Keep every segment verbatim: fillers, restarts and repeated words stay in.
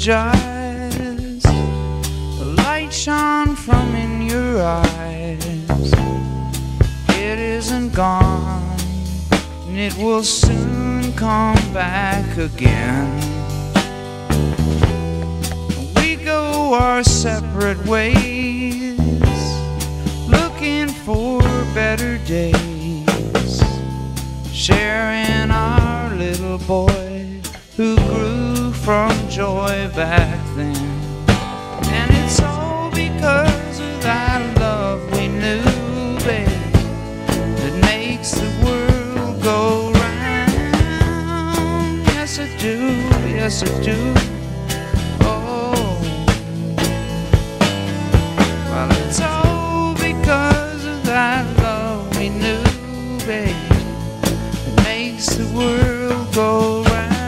apologize. The light shone from in your eyes. It isn't gone, and it will soon come back again. We go our separate ways, looking for better days, sharing our little boy who grew from joy back then. And it's all because of that love we knew, babe, that makes the world go round. Yes, I do, yes, I do. Oh, well, it's all because of that love we knew, babe, that makes the world go round.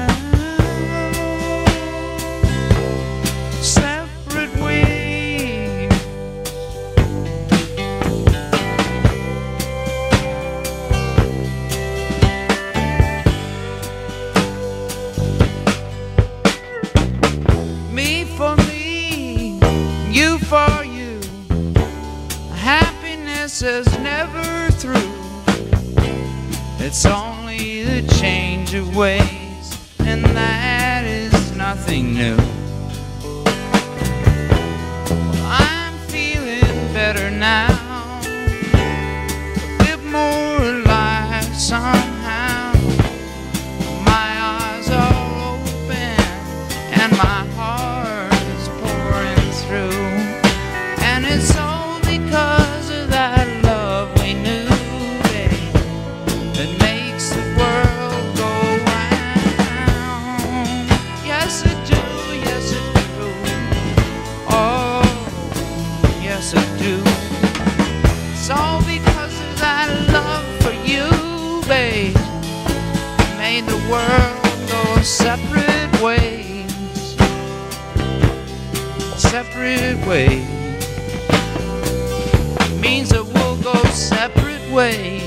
For you, happiness is never through. It's only the change of ways, and that is nothing new. I'm feeling better now, a bit more alive somehow. My eyes are open and my heart is pouring through. It's all because of that love we knew, babe, that makes the world go round. Yes, I do, yes, I do. Oh, yes, I do. It's all because of that love for you, babe, that made the world go separate ways, separate ways. Means that we'll go separate ways.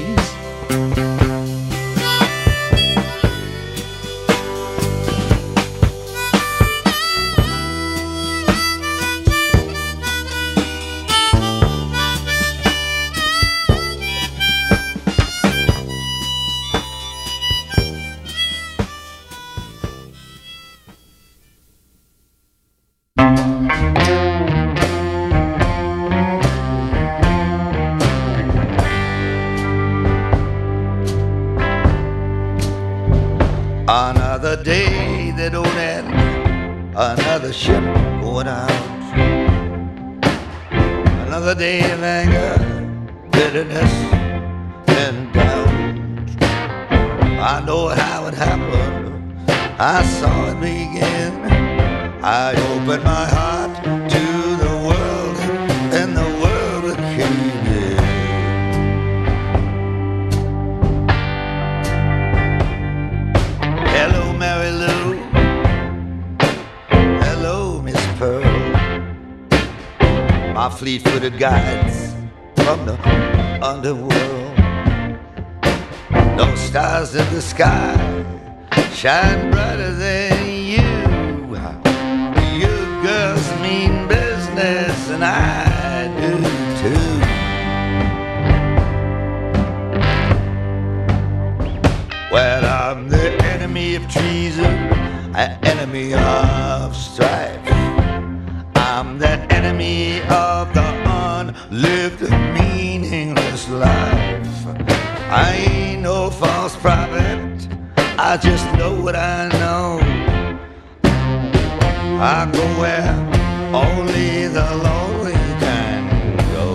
Another day that don't end, another ship going out. Another day of anger, bitterness, and doubt. I know how it happened, I saw it begin. I opened my heart to the world, and the world came in. Hello, Mary Lou. Hello, Miss Pearl. My fleet-footed guides from the underworld. No stars in the sky shine brighter than you. You girls mean business, and I do too. Well, I'm the enemy of treason, an enemy of strife. I'm the enemy of the unlived, meaningless life. I ain't no false prophet, I just know what I know. I go where only the lonely can go.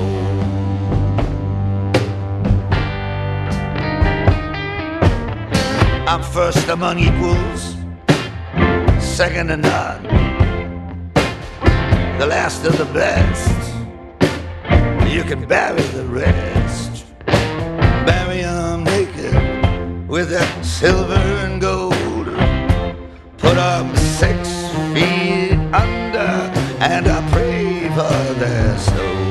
I'm first among equals, second to none, the last of the best. You can bury the rest, bury them naked with that silver and gold. Put them six feet under, and I pray for their soul.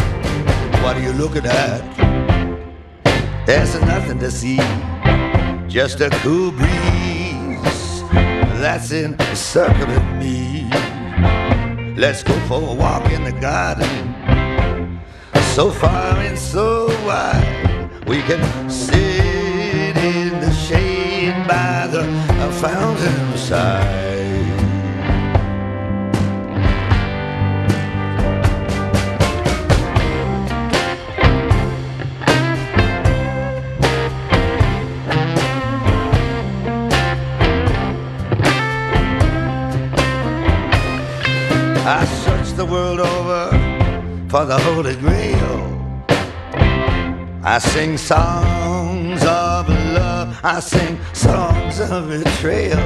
What are you looking at? There's nothing to see, just a cool breeze that's encircling me. Let's go for a walk in the garden, so far and so wide. We can sit in the shade by the fountain side. I searched the world over for the Holy Grail. I sing songs of love, I sing songs of betrayal.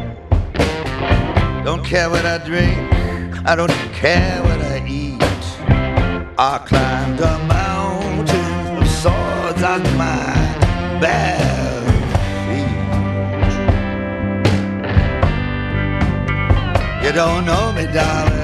Don't care what I drink, I don't care what I eat. I climbed a mountain with swords on my bare feet. You don't know me, darling,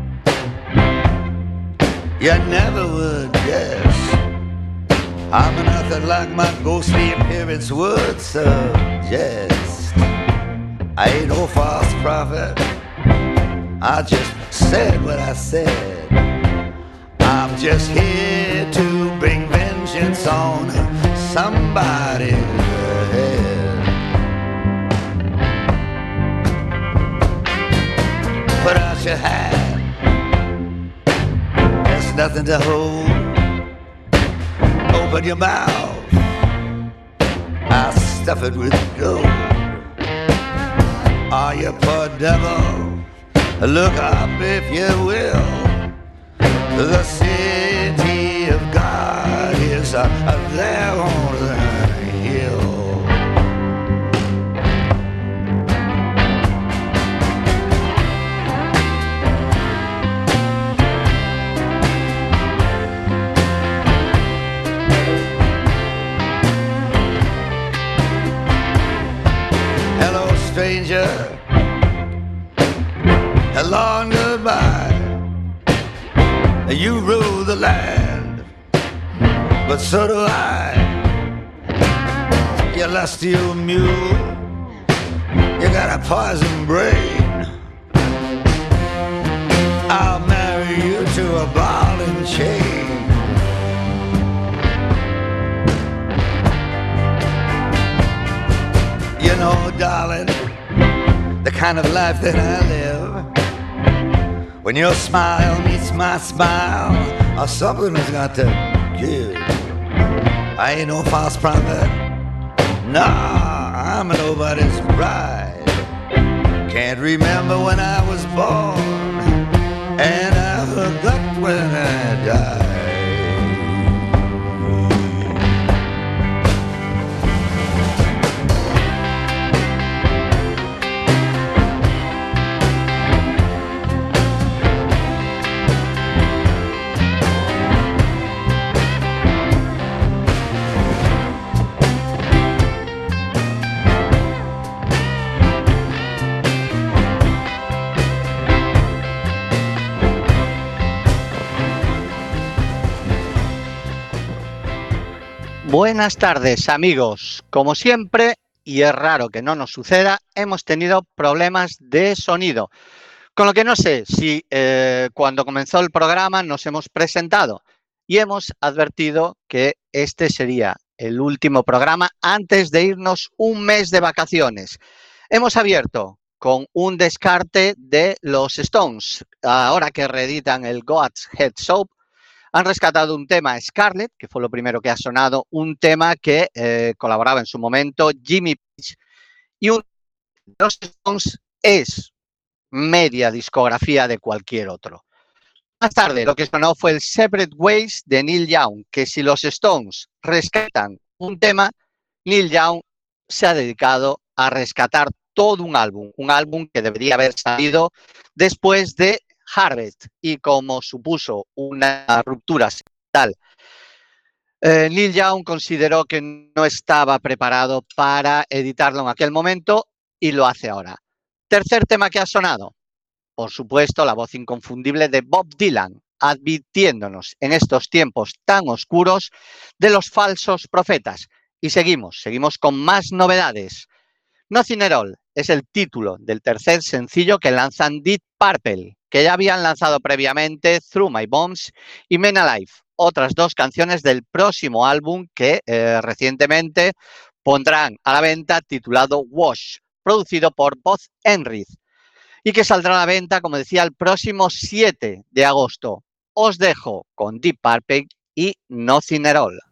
you never would guess. I'm nothing like my ghostly appearance would suggest. I ain't no false prophet, I just said what I said. I'm just here to bring vengeance on somebody's head. Put out your hand, nothing to hold. Open your mouth, I'll stuff it with gold. Oh, you poor devil, look up if you will. The city of God is uh, there on the hill. Stranger, hello and goodbye. You rule the land, but so do I. You lusty old mule, you got a poison brain. I'll marry you to a ball and chain. You know, darling, the kind of life that I live, when your smile meets my smile, or something has got to give. I ain't no false prophet, nah, I'm nobody's bride. Can't remember when I was born, and I forgot when I died. Buenas tardes, amigos. Como siempre, y es raro que no nos suceda, hemos tenido problemas de sonido. Con lo que no sé si eh, cuando comenzó el programa nos hemos presentado y hemos advertido que este sería el último programa antes de irnos un mes de vacaciones. Hemos abierto con un descarte de los Stones, ahora que reeditan el Goat's Head Soap. Han rescatado un tema Scarlett, que fue lo primero que ha sonado, un tema que eh, colaboraba en su momento Jimmy Page, y un los Stones es media discografía de cualquier otro. Más tarde, lo que sonó fue el Separate Ways de Neil Young, que si los Stones rescatan un tema, Neil Young se ha dedicado a rescatar todo un álbum, un álbum que debería haber salido después de Harvest, y como supuso una ruptura sentimental, eh, Neil Young consideró que no estaba preparado para editarlo en aquel momento y lo hace ahora. Tercer tema que ha sonado, por supuesto, la voz inconfundible de Bob Dylan, advirtiéndonos en estos tiempos tan oscuros de los falsos profetas. Y seguimos, seguimos con más novedades. Nothing at All es el título del tercer sencillo que lanzan Deep Purple, que ya habían lanzado previamente Through My Bones y Men Alive, otras dos canciones del próximo álbum que eh, recientemente pondrán a la venta, titulado Wash, producido por Boz Enright, y que saldrá a la venta, como decía, el próximo siete de agosto. Os dejo con Deep Purple y Nothing at All.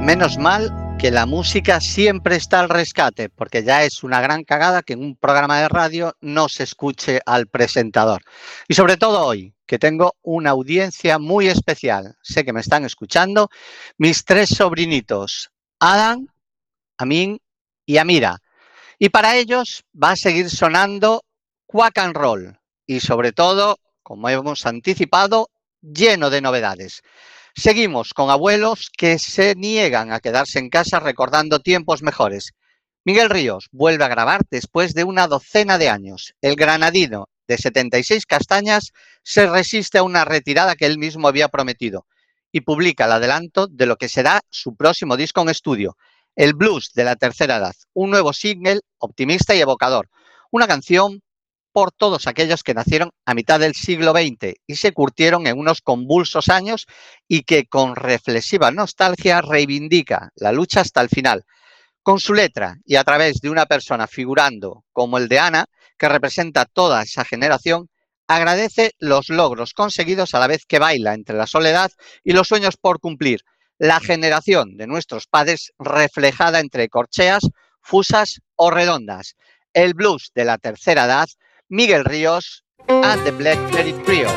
Menos mal que la música siempre está al rescate, porque ya es una gran cagada que en un programa de radio no se escuche al presentador. Y sobre todo hoy, que tengo una audiencia muy especial. Sé que me están escuchando mis tres sobrinitos, Adam, Amin y Amira. Y para ellos va a seguir sonando Quack and Roll y sobre todo, como hemos anticipado, lleno de novedades. Seguimos con abuelos que se niegan a quedarse en casa recordando tiempos mejores. Miguel Ríos vuelve a grabar después de una docena de años. El granadino de setenta y seis castañas se resiste a una retirada que él mismo había prometido y publica el adelanto de lo que será su próximo disco en estudio, El Blues de la Tercera Edad, un nuevo single optimista y evocador, una canción por todos aquellos que nacieron a mitad del siglo veinte y se curtieron en unos convulsos años y que con reflexiva nostalgia reivindica la lucha hasta el final. Con su letra y a través de una persona figurando como el de Ana, que representa toda esa generación, agradece los logros conseguidos a la vez que baila entre la soledad y los sueños por cumplir. La generación de nuestros padres reflejada entre corcheas, fusas o redondas. El blues de la tercera edad, Miguel Ríos and the Blackberry Trio.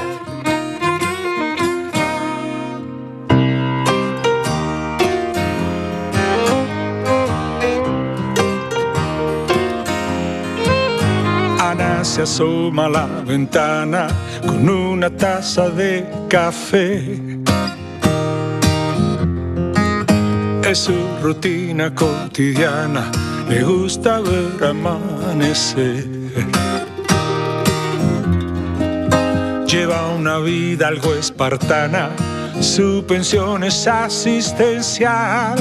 Ana se asoma a la ventana con una taza de café. Es su rutina cotidiana, le gusta ver amanecer. Lleva una vida algo espartana, su pensión es asistencial.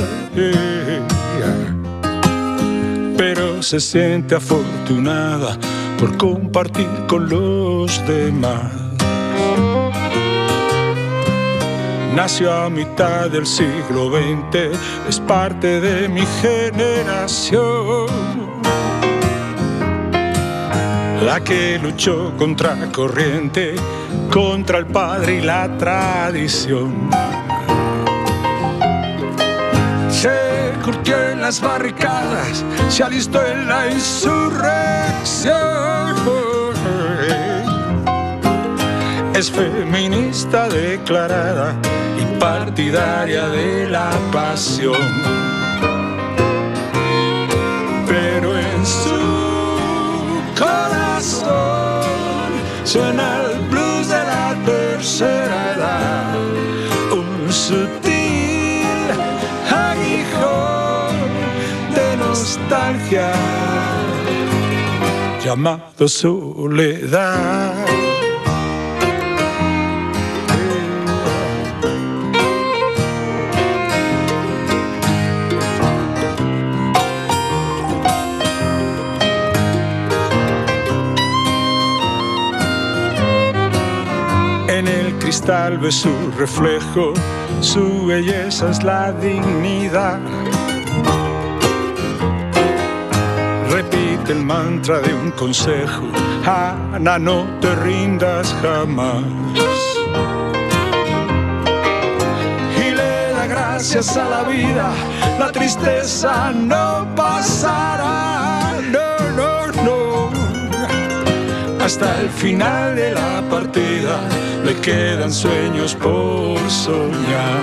Pero se siente afortunada por compartir con los demás. Nació a mitad del siglo veinte, es parte de mi generación, la que luchó contra corriente, contra el padre y la tradición. Se curtió en las barricadas, se alistó en la insurrección. Es feminista declarada y partidaria de la pasión. Pero en su corazón suena el blues de la tercera edad, un sutil aguijón de nostalgia llamado soledad. Cristal ve su reflejo, su belleza es la dignidad. Repite el mantra de un consejo: Ana, no te rindas jamás. Y le da gracias a la vida, la tristeza no pasará, no, no, no. Hasta el final de la partida le quedan sueños por soñar.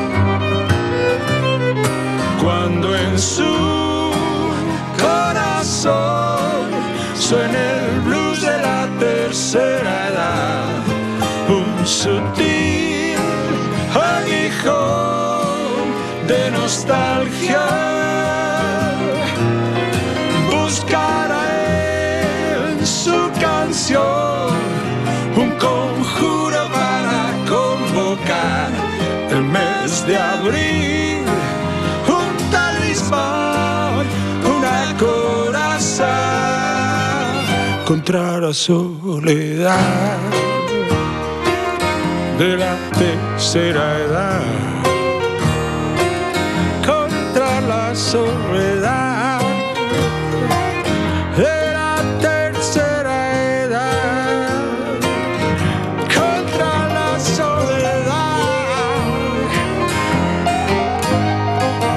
Cuando en su corazón suena el blues de la tercera edad, un sutil aguijón de nostalgia buscará en su canción un conjuro para convocar el mes de abril, un talismán, una coraza contra la soledad de la tercera edad, contra la soledad de la tercera edad, contra la soledad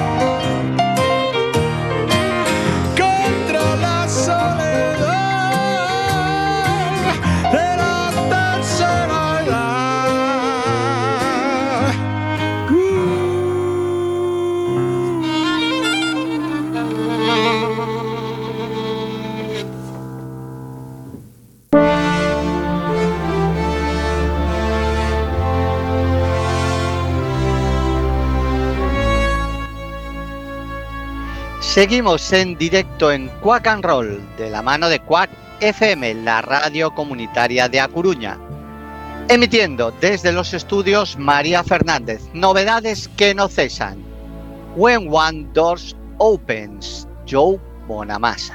Seguimos en directo en Quack and Roll, de la mano de Quack F M, la radio comunitaria de A Coruña. Emitiendo desde los estudios María Fernández, novedades que no cesan. When One Doors Opens, Joe Bonamassa.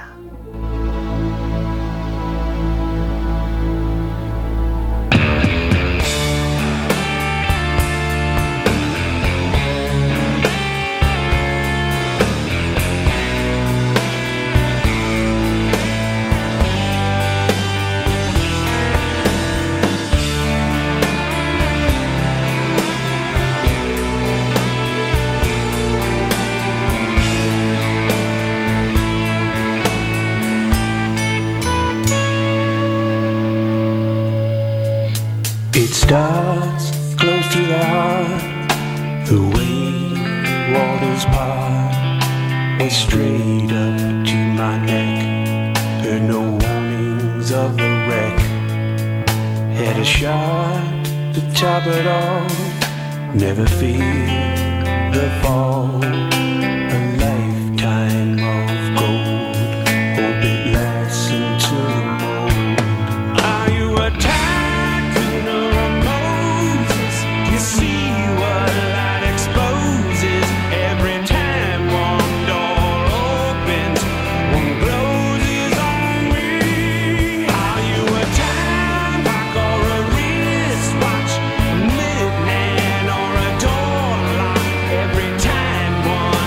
It starts close to the heart, the way waters part, went straight up to my neck, heard no warnings of the wreck, had a shot to top it all, never feared the fall, a lifetime of gold, hope it lasts until the mold. Are you a One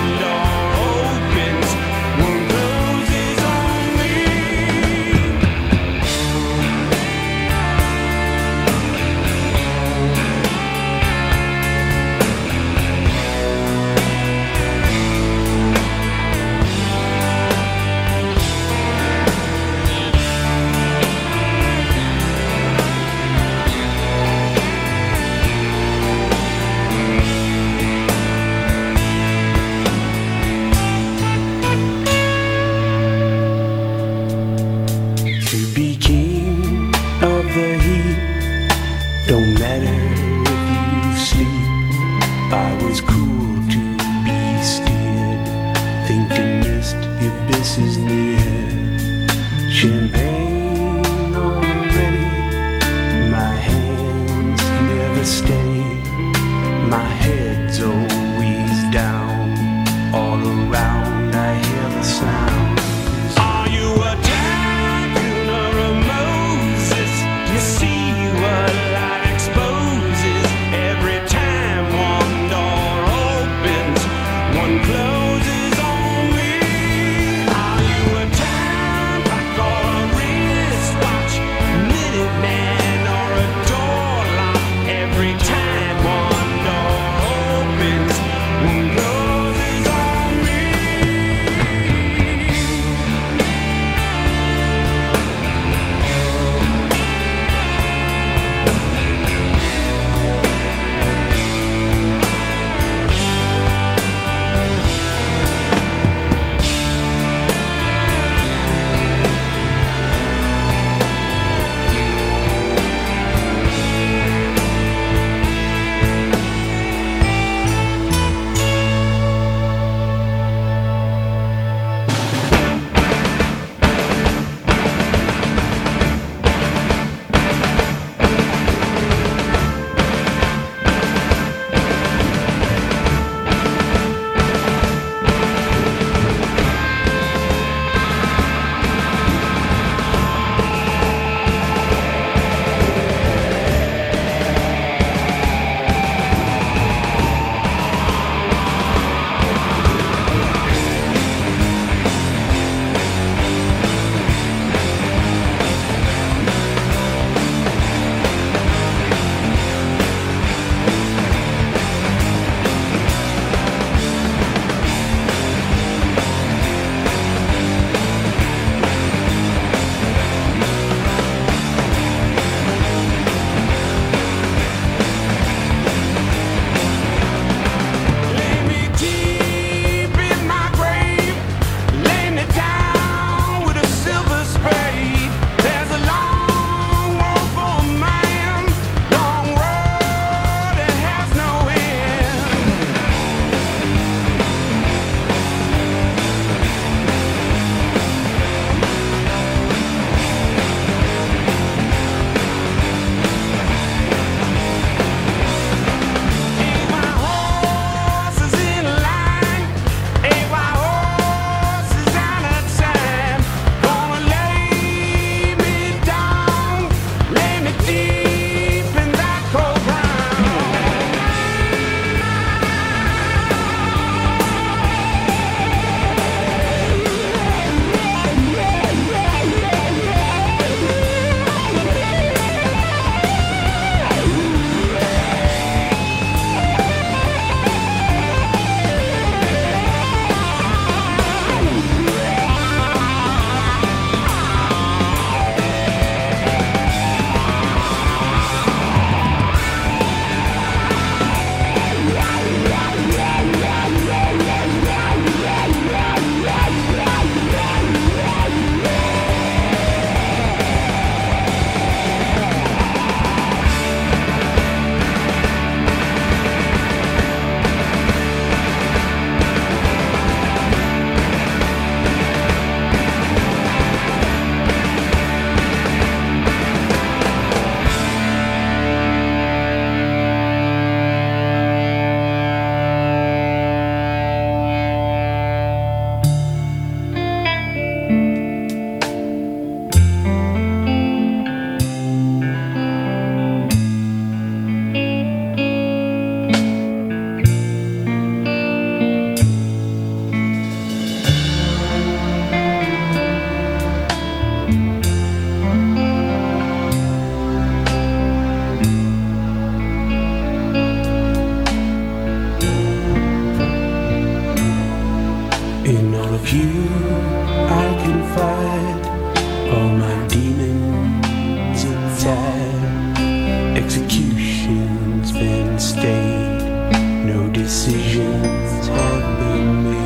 sad. Execution's been stayed, no decisions have been made.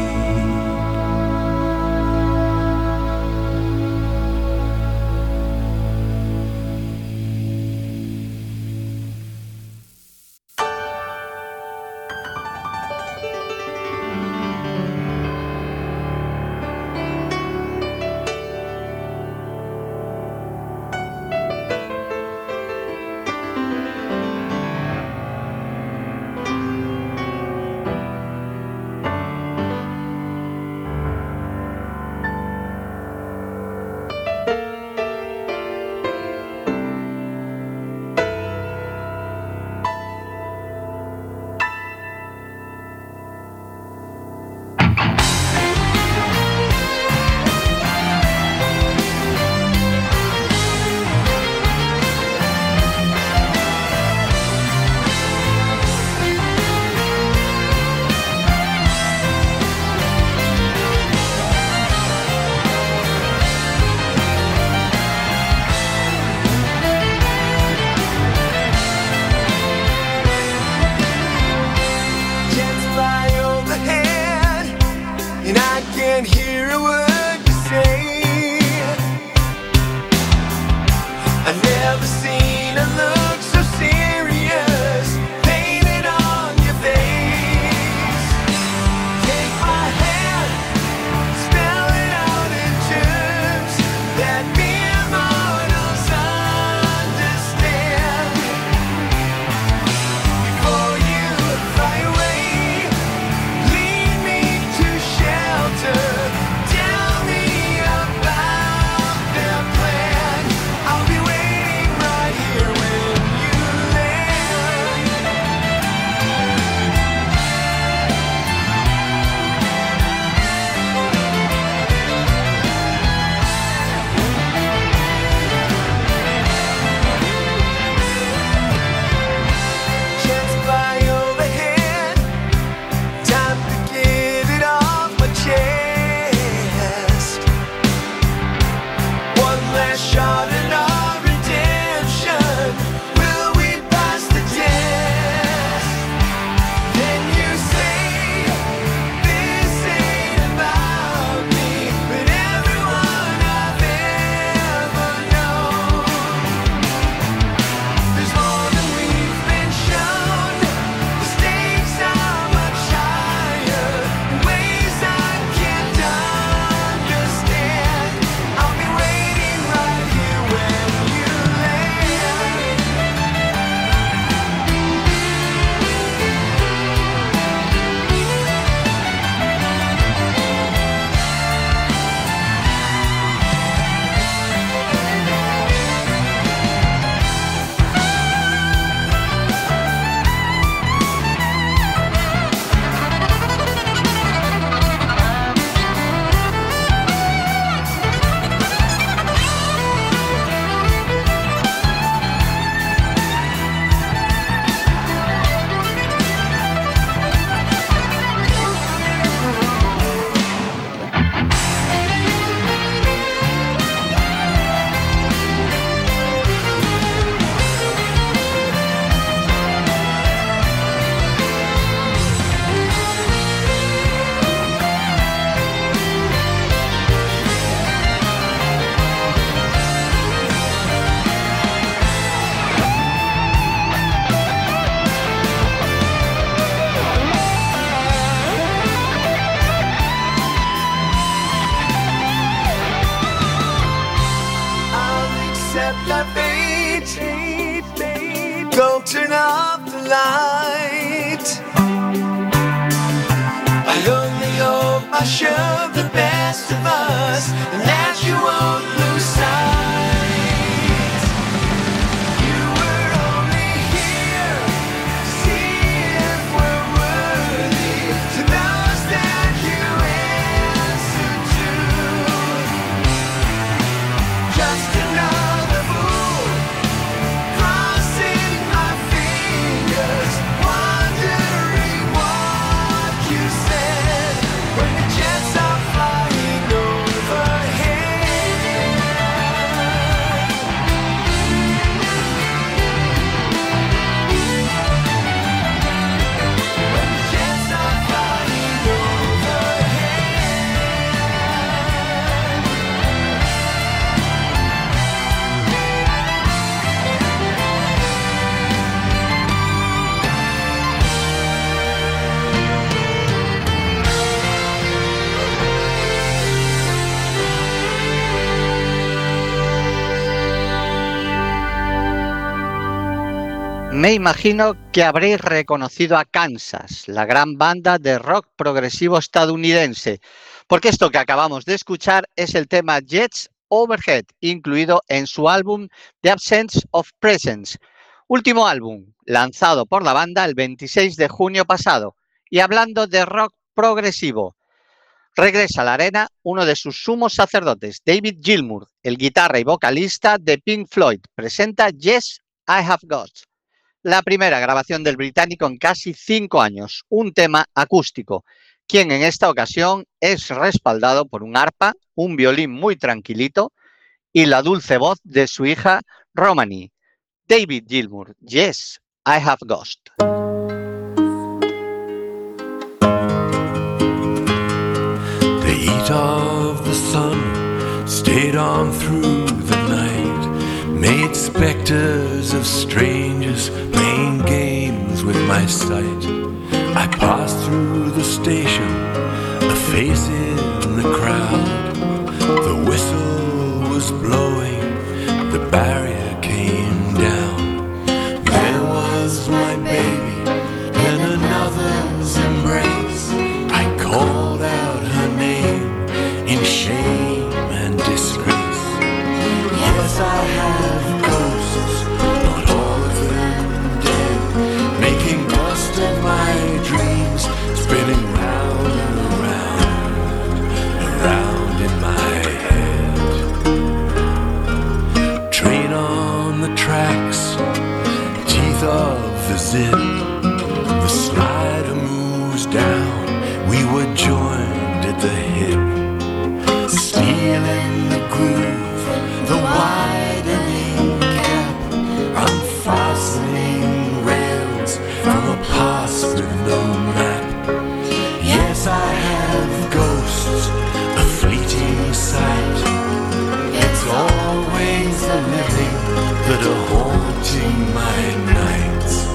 Go turn off the light. I only hope I show the best of us and that you won't lose sight. You were only here to see if we're worthy to those that you answer to. Just another fool crossing my fingers, wondering what you said when the jets are flying overhead. Me imagino que habréis reconocido a Kansas, la gran banda de rock progresivo estadounidense, porque esto que acabamos de escuchar es el tema Jets Overhead, incluido en su álbum The Absence of Presence, último álbum lanzado por la banda el veintiséis de junio pasado. Y hablando de rock progresivo, regresa a la arena uno de sus sumos sacerdotes, David Gilmour, el guitarra y vocalista de Pink Floyd, presenta Yes, I Have Got, la primera grabación del británico en casi cinco años, un tema acústico, quien en esta ocasión es respaldado por un arpa, un violín muy tranquilito y la dulce voz de su hija Romani. David Gilmour, Yes, I Have Ghost. The heat of the sun stayed on through the night, made specters of strangers playing games with my sight. I passed through the station, a face in the crowd. The whistle was blowing, the barrier came down. There was my baby in another's embrace. I called out her name in shame and disgrace. Yes, I have ghosts, not all of them dead, making dust of my dreams, spinning round and around, around in my head. Train on the tracks, teeth of the zip, the slider moves down, we were joined at the hip. Steel in the groove, the widening gap, unfastening rails from a past with no map. Yes, I have ghosts, a fleeting sight. It's always the living that are haunting my nights.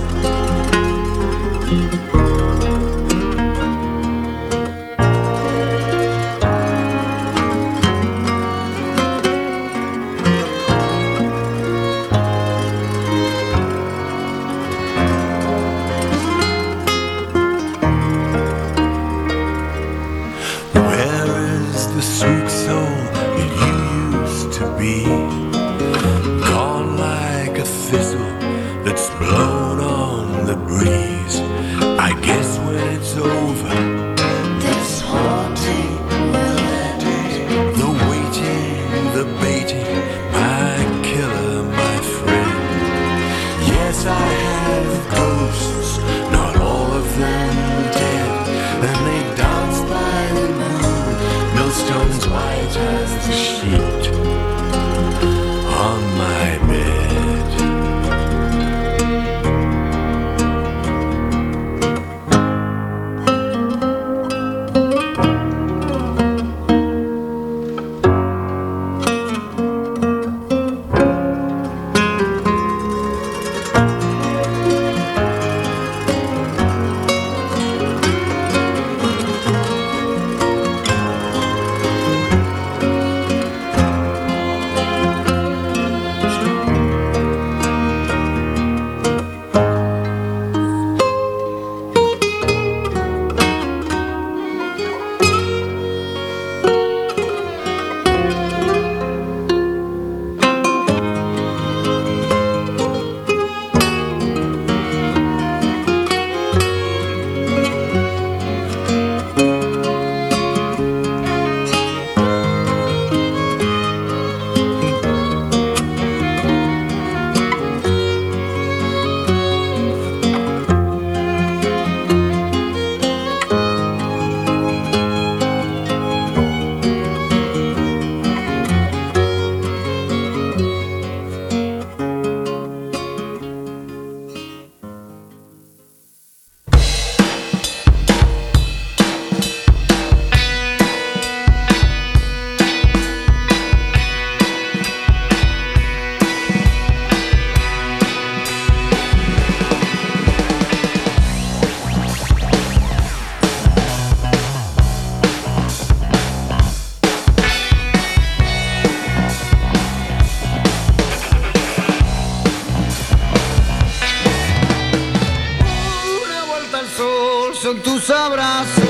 siento en tus abrazos.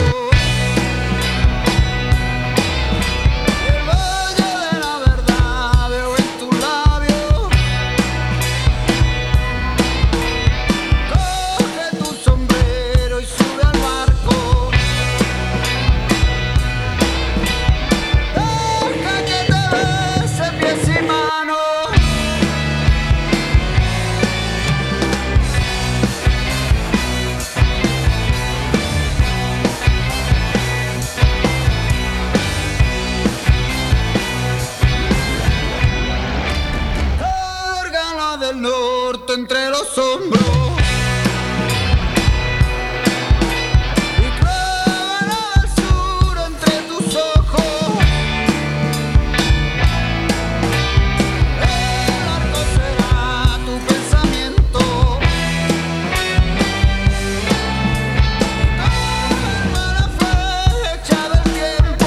El valle de la verdad veo en tus labios. Coge tu sombrero y sube al barco. Deja que te bese pies y manos. Órgano del norte entre los hombros. Y clávalo del sur entre tus ojos. El arco será tu pensamiento. Calma la flecha del tiempo.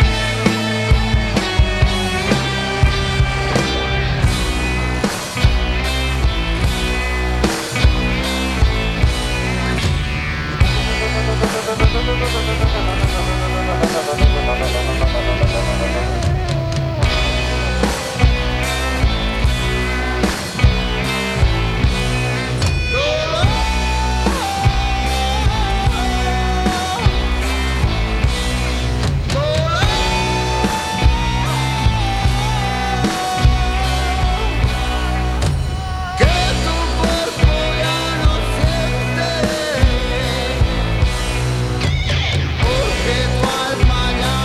Que tu cuerpo ya no siente, porque tu alma ya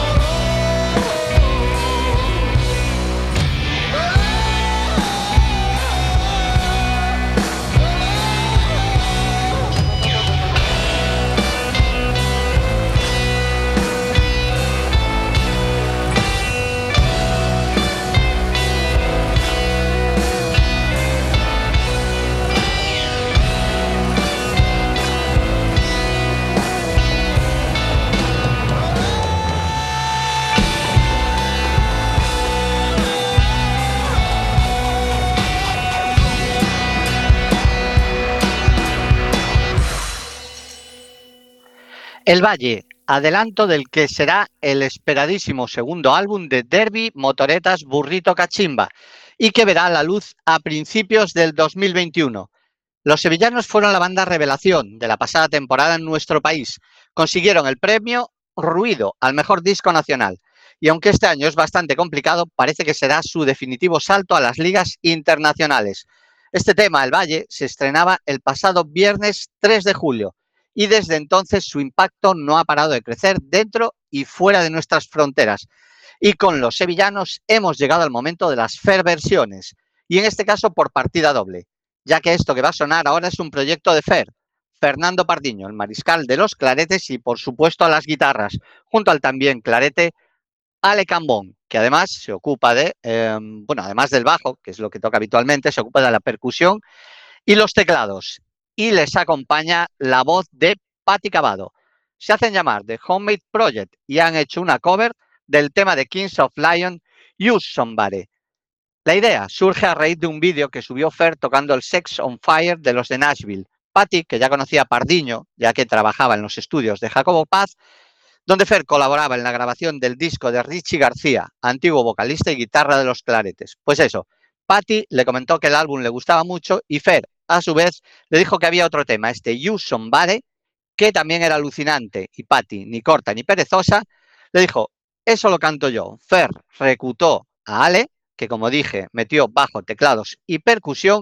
El Valle, adelanto del que será el esperadísimo segundo álbum de Derby, Motoretas, Burrito, Cachimba, y que verá la luz a principios del dos mil veintiuno. Los sevillanos fueron la banda revelación de la pasada temporada en nuestro país. Consiguieron el premio Ruido al mejor disco nacional. Y aunque este año es bastante complicado, parece que será su definitivo salto a las ligas internacionales. Este tema, El Valle, se estrenaba el pasado viernes tres de julio. Y desde entonces su impacto no ha parado de crecer dentro y fuera de nuestras fronteras. Y con los sevillanos hemos llegado al momento de las Fer versiones, y en este caso por partida doble, ya que esto que va a sonar ahora es un proyecto de Fer, Fernando Pardiño, el mariscal de los claretes y por supuesto a las guitarras, junto al también clarete Ale Cambón, que además se ocupa de, eh, bueno, además del bajo, que es lo que toca habitualmente, se ocupa de la percusión y los teclados. Y les acompaña la voz de Patti Cavado. Se hacen llamar The Homemade Project y han hecho una cover del tema de Kings of Lion, Use Somebody. La idea surge a raíz de un vídeo que subió Fer tocando el Sex on Fire de los de Nashville. Patti, que ya conocía a Pardiño, ya que trabajaba en los estudios de Jacobo Paz, donde Fer colaboraba en la grabación del disco de Richie García, antiguo vocalista y guitarra de los Claretes. Pues eso, Patti le comentó que el álbum le gustaba mucho y Fer, a su vez, le dijo que había otro tema, este Use Somebody, que también era alucinante, y Patti, ni corta ni perezosa, le dijo, eso lo canto yo. Fer reclutó a Ale, que como dije, metió bajo, teclados y percusión,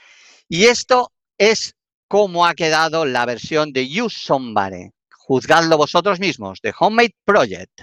y esto es como ha quedado la versión de Use Somebody. Juzgadlo vosotros mismos, The Homemade Project.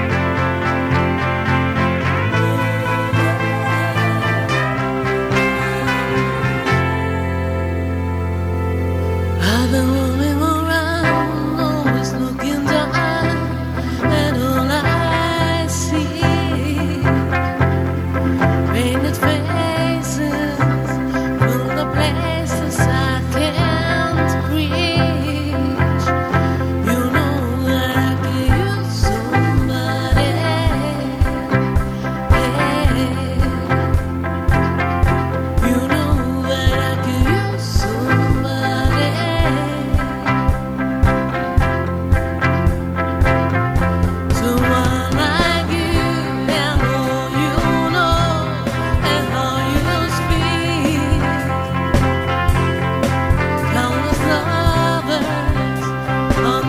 Use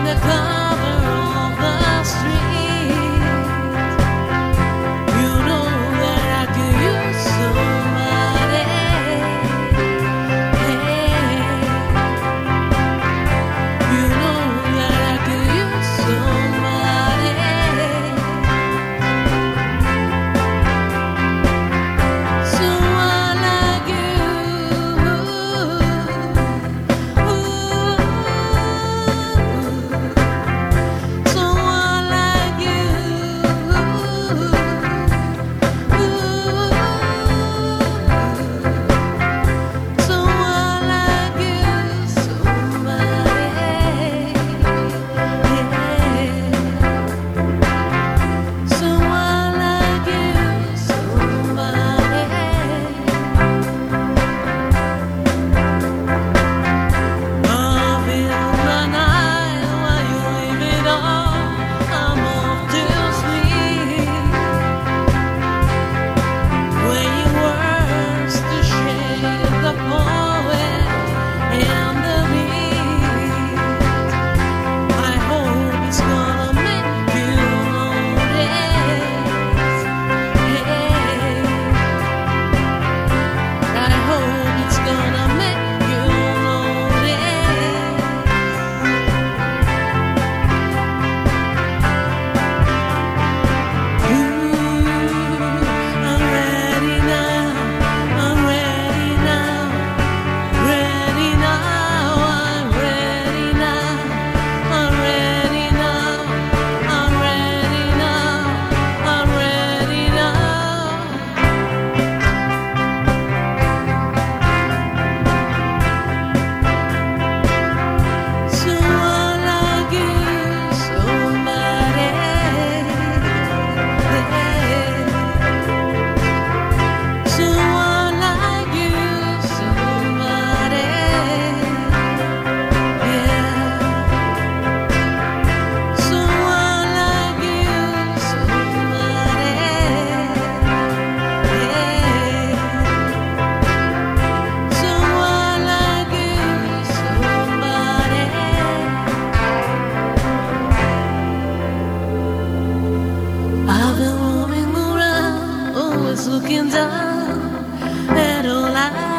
looking down at all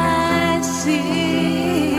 I see.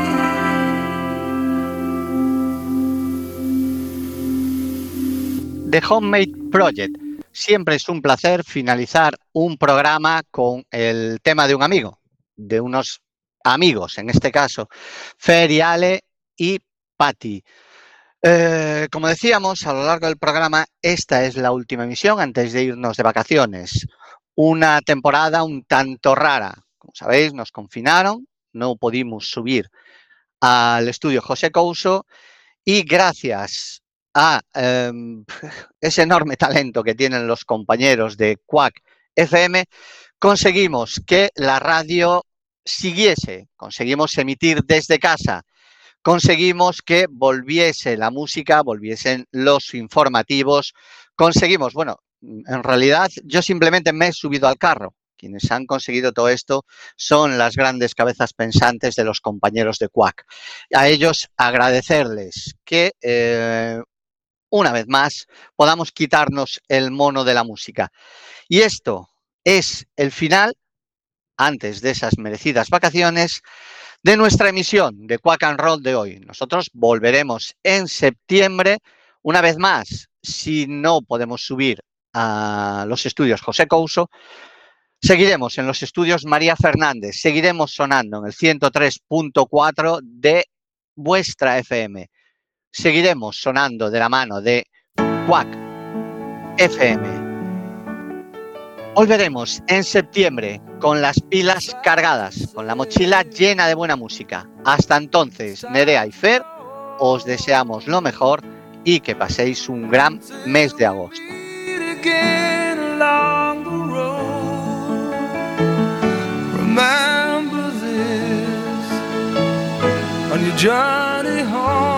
The Homemade Project. Siempre es un placer finalizar un programa con el tema de un amigo, de unos amigos, en este caso, Fer y Ale y Patti. Eh, como decíamos a lo largo del programa, esta es la última emisión antes de irnos de vacaciones. Una temporada un tanto rara. Como sabéis, nos confinaron, no pudimos subir al estudio José Couso y gracias a eh, ese enorme talento que tienen los compañeros de Quack F M, conseguimos que la radio siguiese, conseguimos emitir desde casa, conseguimos que volviese la música, volviesen los informativos, conseguimos, bueno, en realidad yo simplemente me he subido al carro. Quienes han conseguido todo esto son las grandes cabezas pensantes de los compañeros de Quack. A ellos agradecerles que eh, una vez más podamos quitarnos el mono de la música. Y esto es el final, antes de esas merecidas vacaciones, de nuestra emisión de Quack and Roll de hoy. Nosotros volveremos en septiembre, una vez más, si no podemos subir a los estudios José Couso, seguiremos en los estudios María Fernández, seguiremos sonando en el ciento tres punto cuatro de vuestra F M. Seguiremos sonando de la mano de Quack F M. Volveremos en septiembre con las pilas cargadas, con la mochila llena de buena música. Hasta entonces, Nerea y Fer, os deseamos lo mejor y que paséis un gran mes de agosto. Remember this on your journey home.